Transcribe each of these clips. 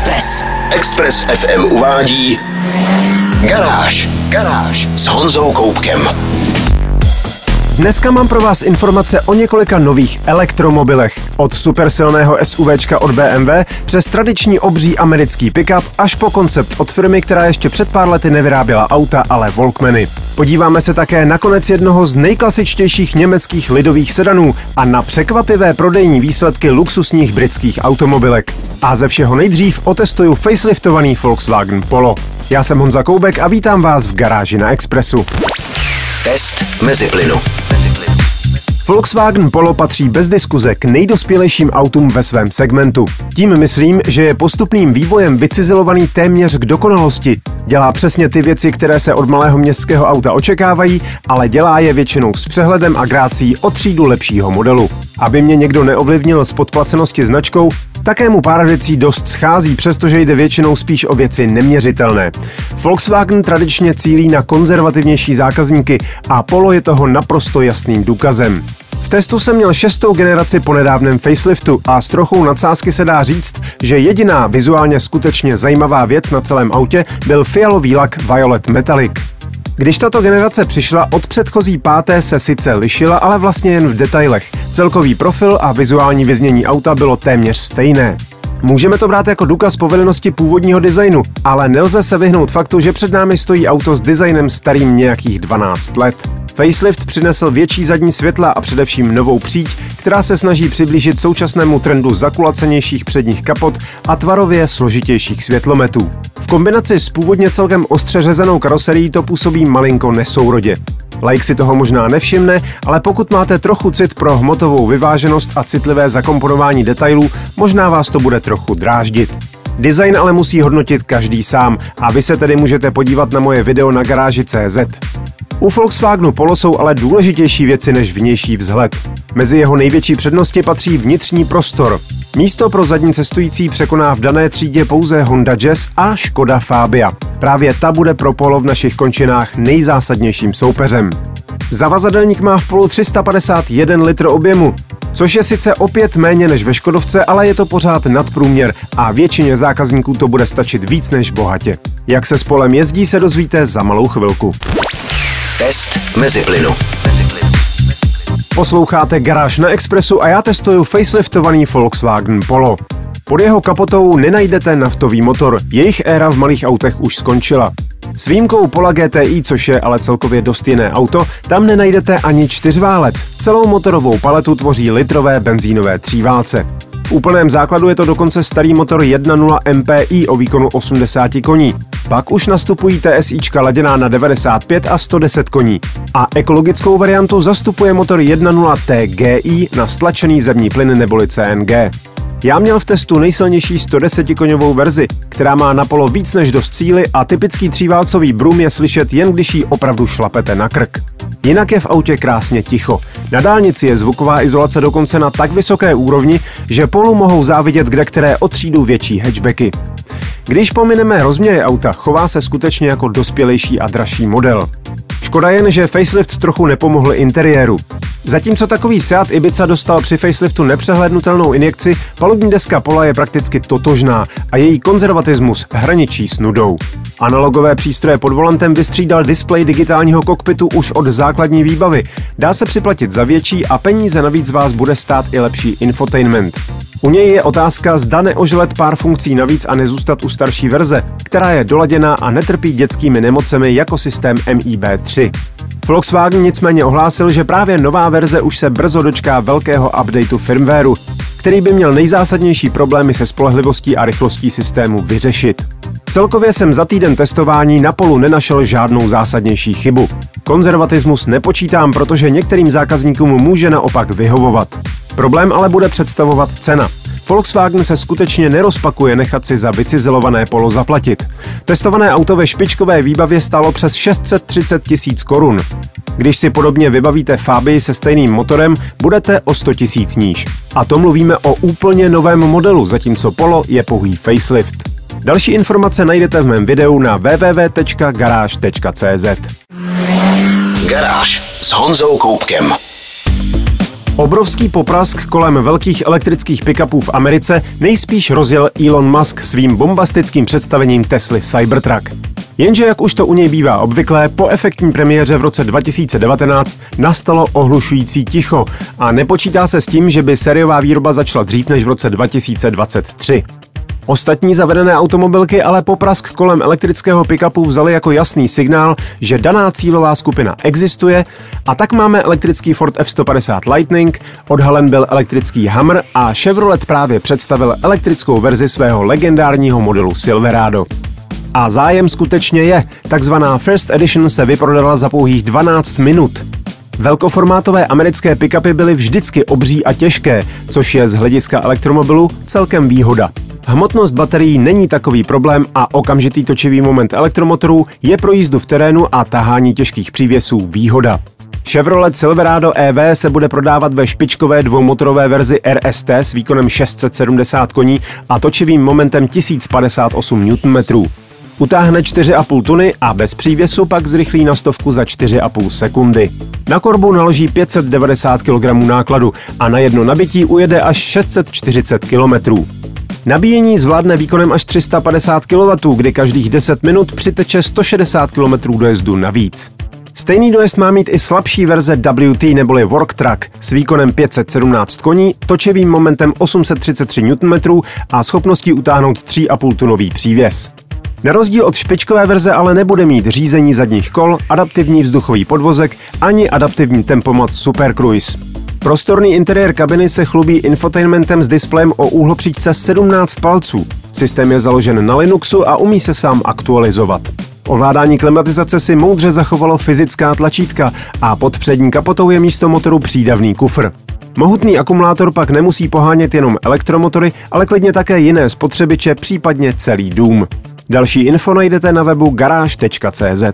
Express FM uvádí Garáž s Honzou Koubkem. Dneska mám pro vás informace o několika nových elektromobilech. Od supersilného SUVčka od BMW přes tradiční obří americký pick-up až po koncept od firmy, která ještě před pár lety nevyráběla auta, ale Walkmany. Podíváme se také na konec jednoho z nejklasičtějších německých lidových sedanů a na překvapivé prodejní výsledky luxusních britských automobilek. A ze všeho nejdřív otestuju faceliftovaný Volkswagen Polo. Já jsem Honza Koubek a vítám vás v Garáži na Expressu. Test meziplynu. Volkswagen Polo patří bez diskuze k nejdospělejším autům ve svém segmentu. Tím myslím, že je postupným vývojem vycizelovaný téměř k dokonalosti. Dělá přesně ty věci, které se od malého městského auta očekávají, ale dělá je většinou s přehledem a grácí o třídu lepšího modelu. Aby mě někdo neovlivnil z podplacenosti značkou, také mu pár věcí dost schází, přestože jde většinou spíš o věci neměřitelné. Volkswagen tradičně cílí na konzervativnější zákazníky a Polo je toho naprosto jasným důkazem. V testu jsem měl 6. generaci po nedávném faceliftu a s trochou nadsázky se dá říct, že jediná vizuálně skutečně zajímavá věc na celém autě byl fialový lak Violet Metallic. Když tato generace přišla, od předchozí 5. se sice lišila, ale vlastně jen v detailech. Celkový profil a vizuální vyznění auta bylo téměř stejné. Můžeme to brát jako důkaz povedenosti původního designu, ale nelze se vyhnout faktu, že před námi stojí auto s designem starým nějakých 12 let. Facelift přinesl větší zadní světla a především novou příď, která se snaží přiblížit současnému trendu zakulacenějších předních kapot a tvarově složitějších světlometů. V kombinaci s původně celkem ostře řezanou karoserií to působí malinko nesourodě. Laik si toho možná nevšimne, ale pokud máte trochu cit pro hmotovou vyváženost a citlivé zakomponování detailů, možná vás to bude trochu dráždit. Design ale musí hodnotit každý sám a vy se tedy můžete podívat na moje video na garáži.cz. U Volkswagenu Polo jsou ale důležitější věci než vnější vzhled. Mezi jeho největší přednosti patří vnitřní prostor. Místo pro zadní cestující překoná v dané třídě pouze Honda Jazz a Škoda Fabia. Právě ta bude pro Polo v našich končinách nejzásadnějším soupeřem. Zavazadelník má v Polu 351 litr objemu, což je sice opět méně než ve Škodovce, ale je to pořád nadprůměr a většině zákazníků to bude stačit víc než bohatě. Jak se s Polem jezdí, se dozvíte za malou chvilku. Test meziplynu. Posloucháte Garáž na Expressu a já testuju faceliftovaný Volkswagen Polo. Pod jeho kapotou nenajdete naftový motor, jejich éra v malých autech už skončila. S výjimkou Pola GTI, což je ale celkově dost jiné auto, tam nenajdete ani čtyřválec. Celou motorovou paletu tvoří litrové benzínové tříválce. V úplném základu je to dokonce starý motor 1.0 MPI o výkonu 80 koní. Pak už nastupují TSIčka laděná na 95 a 110 koní. A ekologickou variantu zastupuje motor 1.0 TGI na stlačený zemní plyn neboli CNG. Já měl v testu nejsilnější 110-koňovou verzi, která má na Polo víc než dost síly a typický tříválcový brum je slyšet jen když jí opravdu šlapete na krk. Jinak je v autě krásně ticho. Na dálnici je zvuková izolace dokonce na tak vysoké úrovni, že Polu mohou závidět kdekteré o třídu větší hatchbacky. Když pomineme rozměry auta, chová se skutečně jako dospělejší a dražší model. Škoda jen, že facelift trochu nepomohl interiéru. Zatímco takový Seat Ibiza dostal při faceliftu nepřehlédnutelnou injekci, palubní deska Pola je prakticky totožná a její konzervatismus hraničí s nudou. Analogové přístroje pod volantem vystřídal displej digitálního kokpitu už od základní výbavy. Dá se připlatit za větší a peníze navíc vás bude stát i lepší infotainment. U něj je otázka, zda neožlet pár funkcí navíc a nezůstat u starší verze, která je doladěná a netrpí dětskými nemocemi jako systém MIB3. Volkswagen nicméně ohlásil, že právě nová verze už se brzo dočká velkého updateu firmwareu, který by měl nejzásadnější problémy se spolehlivostí a rychlostí systému vyřešit. Celkově jsem za týden testování na Polu nenašel žádnou zásadnější chybu. Konzervatismus nepočítám, protože některým zákazníkům může naopak vyhovovat. Problém ale bude představovat cena. Volkswagen se skutečně nerozpakuje nechat si za vycizelované Polo zaplatit. Testované auto ve špičkové výbavě stálo přes 630 000 korun. Když si podobně vybavíte Fabii se stejným motorem, budete o 100 000 níž. A to mluvíme o úplně novém modelu, zatímco Polo je pouhý facelift. Další informace najdete v mém videu na www.garage.cz. Garáž s Honzou Koubkem. Obrovský poprask kolem velkých elektrických pick-upů v Americe nejspíš rozjel Elon Musk svým bombastickým představením Tesly Cybertruck. Jenže jak už to u něj bývá obvyklé, po efektní premiéře v roce 2019 nastalo ohlušující ticho a nepočítá se s tím, že by sériová výroba začala dřív než v roce 2023. Ostatní zavedené automobilky ale poprask kolem elektrického pick-upu vzali jako jasný signál, že daná cílová skupina existuje, a tak máme elektrický Ford F-150 Lightning, odhalen byl elektrický Hummer a Chevrolet právě představil elektrickou verzi svého legendárního modelu Silverado. A zájem skutečně je. Takzvaná First Edition se vyprodala za pouhých 12 minut. Velkoformátové americké pick-upy byly vždycky obří a těžké, což je z hlediska elektromobilu celkem výhoda. Hmotnost baterií není takový problém a okamžitý točivý moment elektromotorů je pro jízdu v terénu a tahání těžkých přívěsů výhoda. Chevrolet Silverado EV se bude prodávat ve špičkové dvoumotorové verzi RST s výkonem 670 koní a točivým momentem 1058 Nm. Utáhne 4,5 tuny a bez přívěsu pak zrychlí na 100 za 4,5 sekundy. Na korbu naloží 590 kg nákladu a na jedno nabití ujede až 640 km. Nabíjení zvládne výkonem až 350 kW, kdy každých 10 minut přiteče 160 km dojezdu navíc. Stejný dojezd má mít i slabší verze WT neboli Work Truck s výkonem 517 koní, točivým momentem 833 Nm a schopností utáhnout 3,5 tunový přívěs. Na rozdíl od špičkové verze ale nebude mít řízení zadních kol, adaptivní vzduchový podvozek ani adaptivní tempomat Super Cruise. Prostorný interiér kabiny se chlubí infotainmentem s displejem o úhlopříčce 17 palců. Systém je založen na Linuxu a umí se sám aktualizovat. Ovládání klimatizace si moudře zachovalo fyzická tlačítka a pod přední kapotou je místo motoru přídavný kufr. Mohutný akumulátor pak nemusí pohánět jenom elektromotory, ale klidně také jiné spotřebiče, případně celý dům. Další info najdete na webu garáž.cz.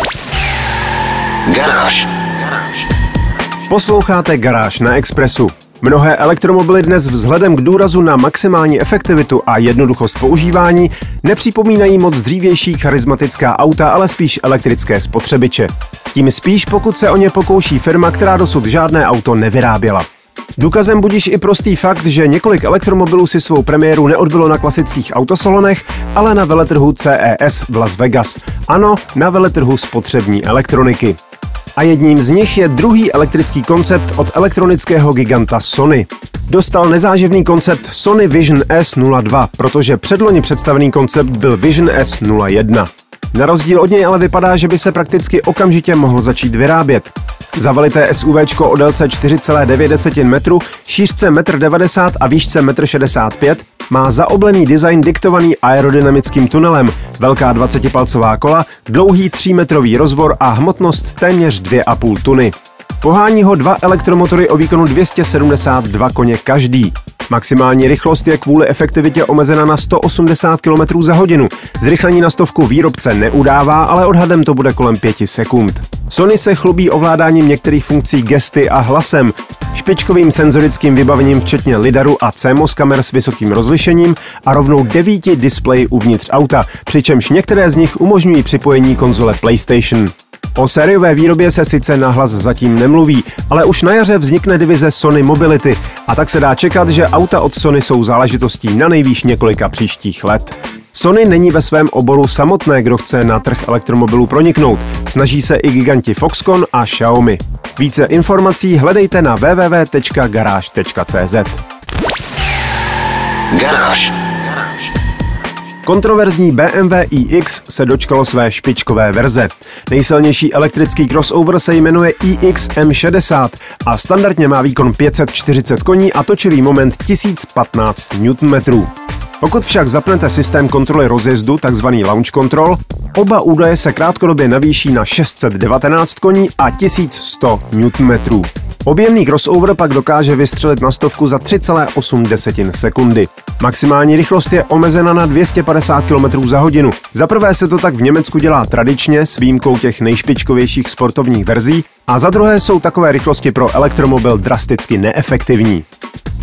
Garáž. Posloucháte Garáž na Expressu. Mnohé elektromobily dnes vzhledem k důrazu na maximální efektivitu a jednoduchost používání nepřipomínají moc dřívější charismatická auta, ale spíš elektrické spotřebiče. Tím spíš, pokud se o ně pokouší firma, která dosud žádné auto nevyráběla. Důkazem budiž i prostý fakt, že několik elektromobilů si svou premiéru neodbylo na klasických autosalonech, ale na veletrhu CES v Las Vegas. Ano, na veletrhu spotřební elektroniky. A jedním z nich je druhý elektrický koncept od elektronického giganta Sony. Dostal nezáživný koncept Sony Vision S02, protože předloni představený koncept byl Vision S01. Na rozdíl od něj ale vypadá, že by se prakticky okamžitě mohl začít vyrábět. Zavalité SUVčko o délce 4,9 metru, šířce 1,90 m a výšce 1,65 m má zaoblený design diktovaný aerodynamickým tunelem, velká 20-palcová kola, dlouhý 3-metrový rozvor a hmotnost téměř 2,5 tuny. Pohání ho dva elektromotory o výkonu 272 koně každý. Maximální rychlost je kvůli efektivitě omezena na 180 km za hodinu. Zrychlení na 100 výrobce neudává, ale odhadem to bude kolem 5 sekund. Sony se chlubí ovládáním některých funkcí gesty a hlasem, špičkovým senzorickým vybavením včetně lidaru a CMOS kamer s vysokým rozlišením a rovnou 9 displeji uvnitř auta, přičemž některé z nich umožňují připojení konzole PlayStation. O sériové výrobě se sice nahlas zatím nemluví, ale už na jaře vznikne divize Sony Mobility a tak se dá čekat, že auta od Sony jsou záležitostí na nejvýš několika příštích let. Sony není ve svém oboru samotné, kdo chce na trh elektromobilů proniknout. Snaží se i giganti Foxconn a Xiaomi. Více informací hledejte na www.garage.cz. Garáž. Kontroverzní BMW iX se dočkalo své špičkové verze. Nejsilnější elektrický crossover se jmenuje iX M60 a standardně má výkon 540 koní a točivý moment 1015 Nm. Pokud však zapnete systém kontroly rozjezdu, takzvaný launch control, oba údaje se krátkodobě navýší na 619 koní a 1100 Nm. Objemný crossover pak dokáže vystřelit na 100 za 3,8 sekundy. Maximální rychlost je omezena na 250 km za hodinu. Za prvé se to tak v Německu dělá tradičně s výjimkou těch nejšpičkovějších sportovních verzí a za druhé jsou takové rychlosti pro elektromobil drasticky neefektivní.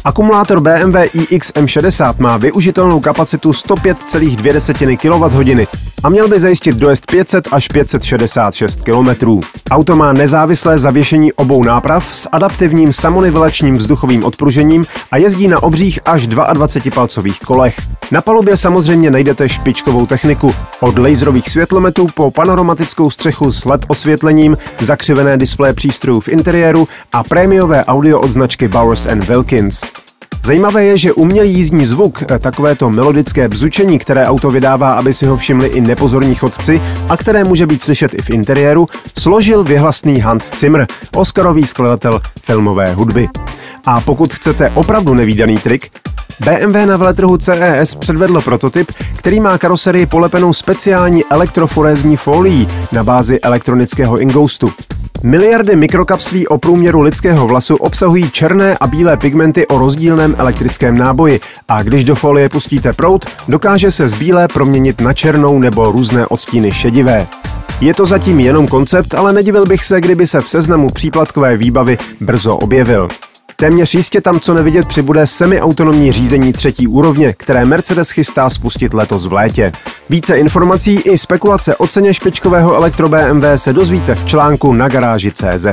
Akumulátor BMW iX M60 má využitelnou kapacitu 105,2 kWh a měl by zajistit dojezd 500 až 566 km. Auto má nezávislé zavěšení obou náprav s adaptivním samonivelačním vzduchovým odpružením a jezdí na obřích až 22-palcových kolech. Na palubě samozřejmě najdete špičkovou techniku. Od laserových světlometů po panoramatickou střechu s LED osvětlením, zakřivené displeje přístrojů v interiéru a prémiové audio od značky Bowers & Wilkins. Zajímavé je, že umělý jízdní zvuk, takovéto melodické bzučení, které auto vydává, aby si ho všimli i nepozorní chodci a které může být slyšet i v interiéru, složil věhlasný Hans Zimmer, oscarový skladatel filmové hudby. A pokud chcete opravdu nevídaný trik, BMW na veletrhu CES předvedlo prototyp, který má karoserii polepenou speciální elektroforézní fólií na bázi elektronického ingoustu. Miliardy mikrokapslí o průměru lidského vlasu obsahují černé a bílé pigmenty o rozdílném elektrickém náboji a když do folie pustíte proud, dokáže se z bílé proměnit na černou nebo různé odstíny šedivé. Je to zatím jenom koncept, ale nedivil bych se, kdyby se v seznamu příplatkové výbavy brzo objevil. Téměř jistě tam co nevidět přibude semiautonomní řízení 3. úrovně, které Mercedes chystá spustit letos v létě. Více informací i spekulace o ceně špičkového elektro BMW se dozvíte v článku na garáži.cz.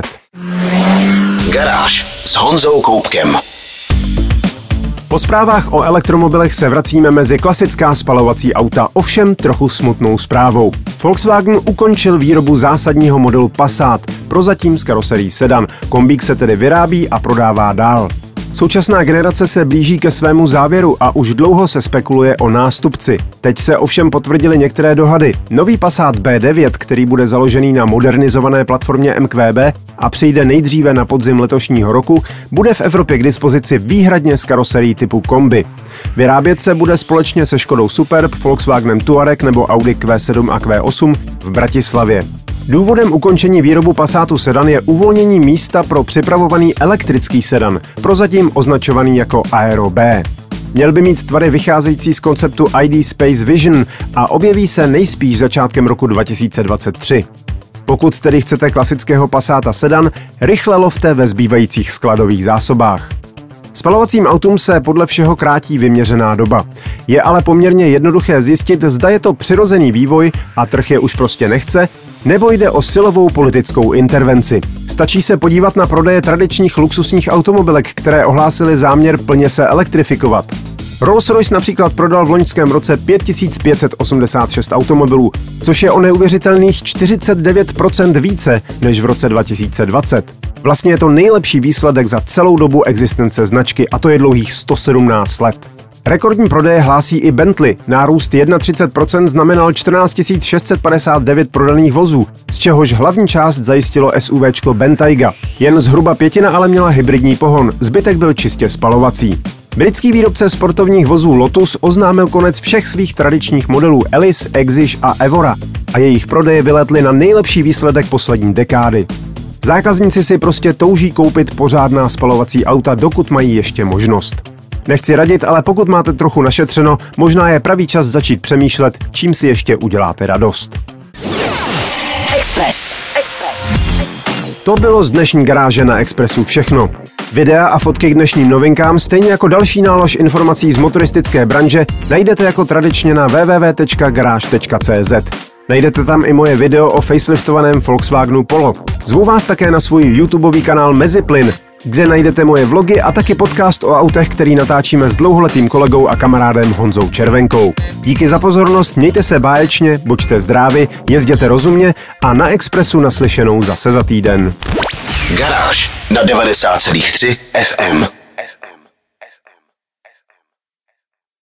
Garáž s Honzou Koupkem. Po zprávách o elektromobilech se vracíme mezi klasická spalovací auta, ovšem trochu smutnou zprávou. Volkswagen ukončil výrobu zásadního modelu Passat, prozatím s karoserií sedan. Kombík se tedy vyrábí a prodává dál. Současná generace se blíží ke svému závěru a už dlouho se spekuluje o nástupci. Teď se ovšem potvrdily některé dohady. Nový Passat B9, který bude založený na modernizované platformě MQB a přijde nejdříve na podzim letošního roku, bude v Evropě k dispozici výhradně s karoserií typu kombi. Vyrábět se bude společně se Škodou Superb, Volkswagenem Touareg nebo Audi Q7 a Q8 v Bratislavě. Důvodem ukončení výrobu Passatu sedan je uvolnění místa pro připravovaný elektrický sedan, prozatím označovaný jako Aero B. Měl by mít tvary vycházející z konceptu ID Space Vision a objeví se nejspíš začátkem roku 2023. Pokud tedy chcete klasického Passata sedan, rychle lovte ve zbývajících skladových zásobách. Spalovacím autům se podle všeho krátí vyměřená doba. Je ale poměrně jednoduché zjistit, zda je to přirozený vývoj a trh je už prostě nechce, nebo jde o silovou politickou intervenci. Stačí se podívat na prodeje tradičních luxusních automobilek, které ohlásily záměr plně se elektrifikovat. Rolls-Royce například prodal v loňském roce 5586 automobilů, což je o neuvěřitelných 49% více než v roce 2020. Vlastně je to nejlepší výsledek za celou dobu existence značky a to je dlouhých 117 let. Rekordní prodeje hlásí i Bentley. Nárůst 31% znamenal 14 659 prodaných vozů, z čehož hlavní část zajistilo SUVčko Bentayga. Jen zhruba pětina ale měla hybridní pohon, zbytek byl čistě spalovací. Britský výrobce sportovních vozů Lotus oznámil konec všech svých tradičních modelů Elise, Exige a Evora a jejich prodeje vyletly na nejlepší výsledek poslední dekády. Zákazníci si prostě touží koupit pořádná spalovací auta, dokud mají ještě možnost. Nechci radit, ale pokud máte trochu našetřeno, možná je pravý čas začít přemýšlet, čím si ještě uděláte radost. Express. To bylo z dnešní garáže na Expressu všechno. Videa a fotky k dnešním novinkám, stejně jako další nálož informací z motoristické branže, najdete jako tradičně na www.garage.cz. Najdete tam i moje video o faceliftovaném Volkswagenu Polo. Zvu vás také na svůj YouTubeový kanál Meziplyn, kde najdete moje vlogy a taky podcast o autech, který natáčíme s dlouholetým kolegou a kamarádem Honzou Červenkou. Díky za pozornost, mějte se báječně, buďte zdraví, jezděte rozumně a na Expressu naslyšenou zase za týden. Garáž na 90,3 FM.